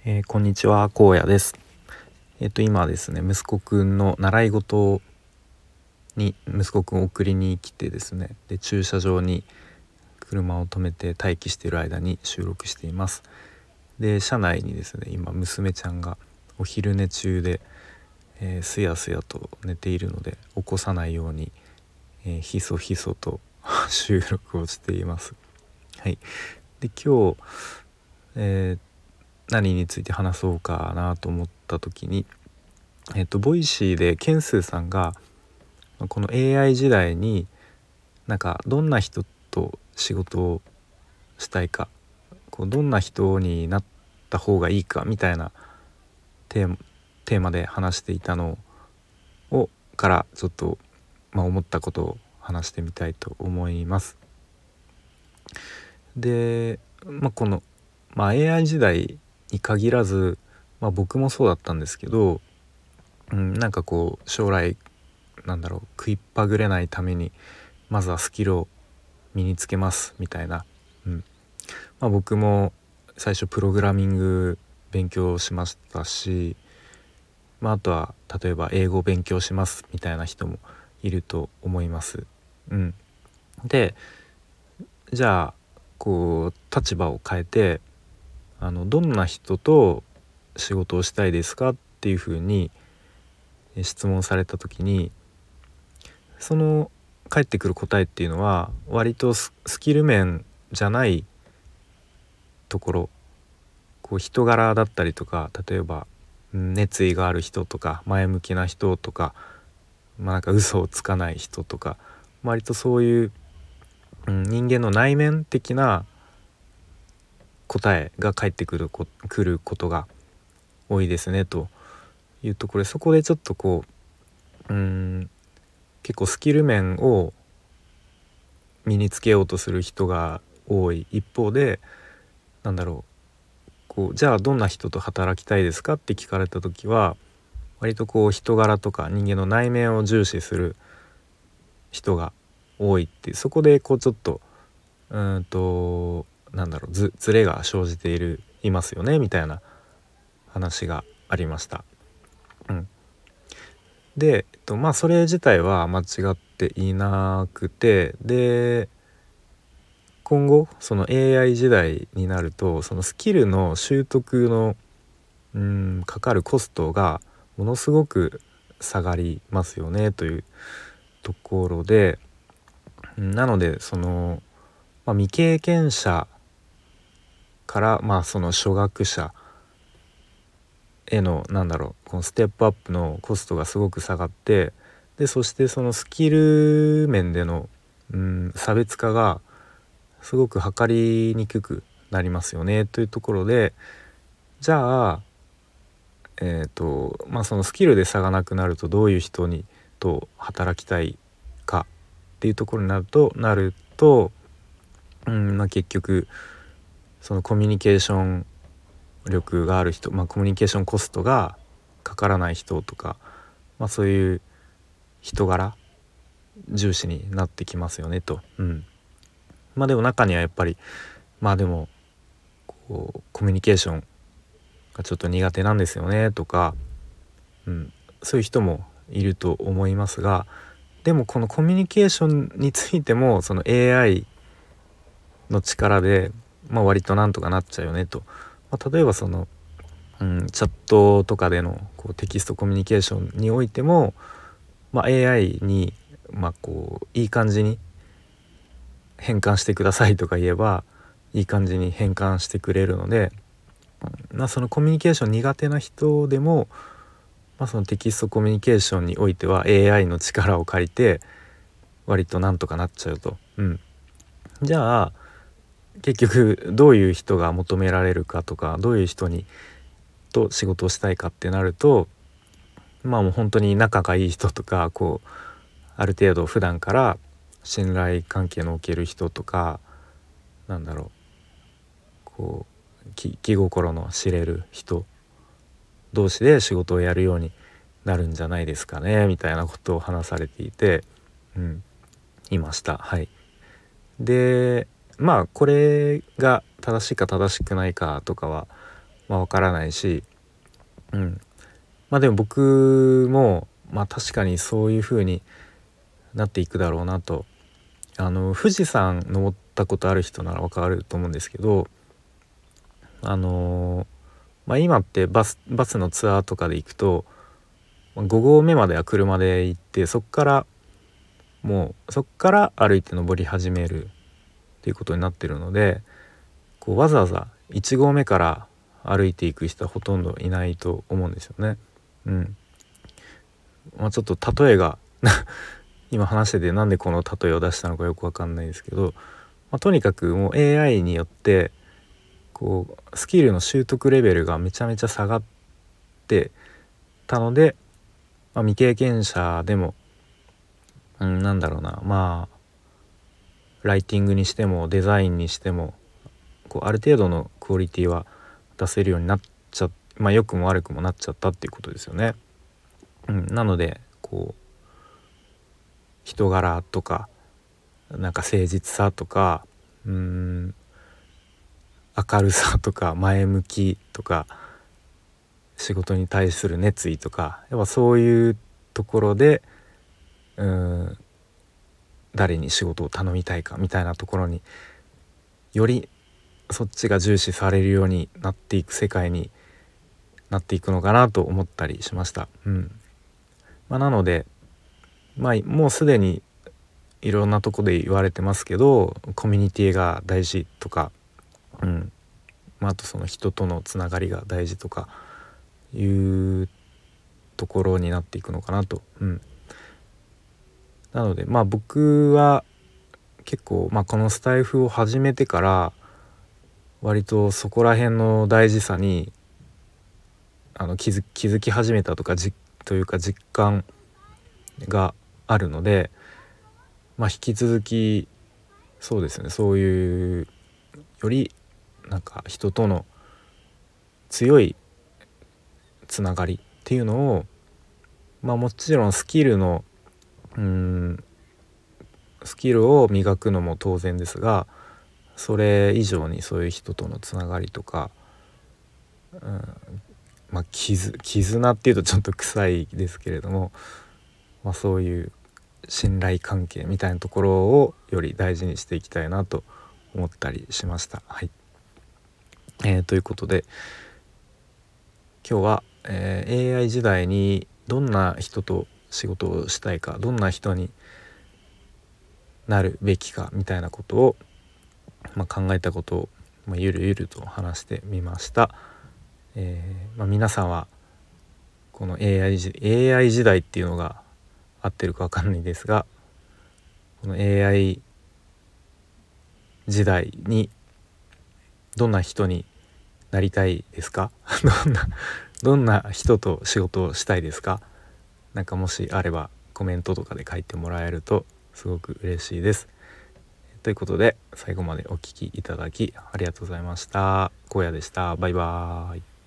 こんにちは、荒野です。今ですね、息子くんの習い事に息子くんを送りに来てですね、で駐車場に車を止めて待機している間に収録しています。で車内にですね、今娘ちゃんがお昼寝中で、すやすやと寝ているので起こさないように、ひそひそと収録をしています。はい。で今日、何について話そうかなと思った時に、ボイシーでケンスーさんがこの AI 時代になんかどんな人と仕事をしたいか、どんな人になった方がいいかみたいなテーマで話していたのをからちょっと、思ったことを話してみたいと思います。で、この、AI 時代に限らず、僕もそうだったんですけど、なんか将来食いっぱぐれないためにまずはスキルを身につけますみたいな、僕も最初プログラミング勉強しましたし、あとは例えば英語を勉強しますみたいな人もいると思います。でじゃあ立場を変えてどんな人と仕事をしたいですかっていうふうに質問された時に、その返ってくる答えっていうのは割とスキル面じゃないところ、人柄だったりとか、例えば熱意がある人とか前向きな人とか、なんか嘘をつかない人とか、割とそういう、人間の内面的な答えが返ってくることが多いですねというところで、そこでちょっと結構スキル面を身につけようとする人が多い一方で、じゃあどんな人と働きたいですかって聞かれた時は割と人柄とか人間の内面を重視する人が多いっていう、そこでちょっとずれが生じていますよねみたいな話がありました。で、それ自体は間違っていなくて、で今後その AI 時代になるとそのスキルの習得のかかるコストがものすごく下がりますよねというところで、なので未経験者から、その初学者へのこのステップアップのコストがすごく下がって、でそしてそのスキル面での、差別化がすごく測りにくくなりますよねというところで、じゃあそのスキルで差がなくなるとどういう人と働きたいかっていうところになると、結局そのコミュニケーション力がある人、コミュニケーションコストがかからない人とか、そういう人柄重視になってきますよねと。でも中にはやっぱりでもコミュニケーションがちょっと苦手なんですよねとか、そういう人もいると思いますが、でもこのコミュニケーションについてもその AI の力で、割となんとかなっちゃうよねと。例えばチャットとかでのテキストコミュニケーションにおいても、AI にいい感じに変換してくださいとか言えばいい感じに変換してくれるので、そのコミュニケーション苦手な人でも、そのテキストコミュニケーションにおいては AI の力を借りて割となんとかなっちゃうと。じゃあ結局どういう人が求められるかとか、どういう人と仕事をしたいかってなると、もう本当に仲がいい人とか、ある程度普段から信頼関係のおける人とか、気心の知れる人同士で仕事をやるようになるんじゃないですかねみたいなことを話されていて、いました。はい。でこれが正しいか正しくないかとかはわからないし、でも僕も確かにそういう風になっていくだろうなと。富士山登ったことある人ならわかると思うんですけど、今ってバスのツアーとかで行くと5合目までは車で行って、そっから歩いて登り始めるっていうことになってるので、わざわざ1合目から歩いていく人はほとんどいないと思うんですよね。ちょっと例えが今話しててなんでこの例えを出したのかよくわかんないですけど、とにかくもう AI によってスキルの習得レベルがめちゃめちゃ下がってたので、未経験者でも、ライティングにしてもデザインにしてもある程度のクオリティは出せるようになっちゃ良くも悪くもなっちゃったっていうことですよね。なので人柄とか誠実さとか明るさとか前向きとか仕事に対する熱意とか、やっぱそういうところで誰に仕事を頼みたいかみたいなところによりそっちが重視されるようになっていく世界になっていくのかなと思ったりしました。なのでもうすでにいろんなとこで言われてますけど、コミュニティが大事とか、あとその人とのつながりが大事とかいうところになっていくのかなと。なので僕は結構このスタイフを始めてから割とそこら辺の大事さに気づき始めたというか実感があるので、引き続きそうですね、そういうより人との強いつながりっていうのをもちろんスキルを磨くのも当然ですが、それ以上にそういう人とのつながりとか、絆っていうとちょっと臭いですけれども、そういう信頼関係みたいなところをより大事にしていきたいなと思ったりしました。ということで今日は、AI 時代にどんな人と仕事をしたいか、どんな人になるべきかみたいなことを、考えたことを、ゆるゆると話してみました。皆さんはこの AI 時代っていうのが合ってるか分かんないですが、この AI 時代にどんな人になりたいですかどんな人と仕事をしたいですか？もしあればコメントとかで書いてもらえるとすごく嬉しいです。ということで最後までお聞きいただきありがとうございました。荒野でした。バイバーイ。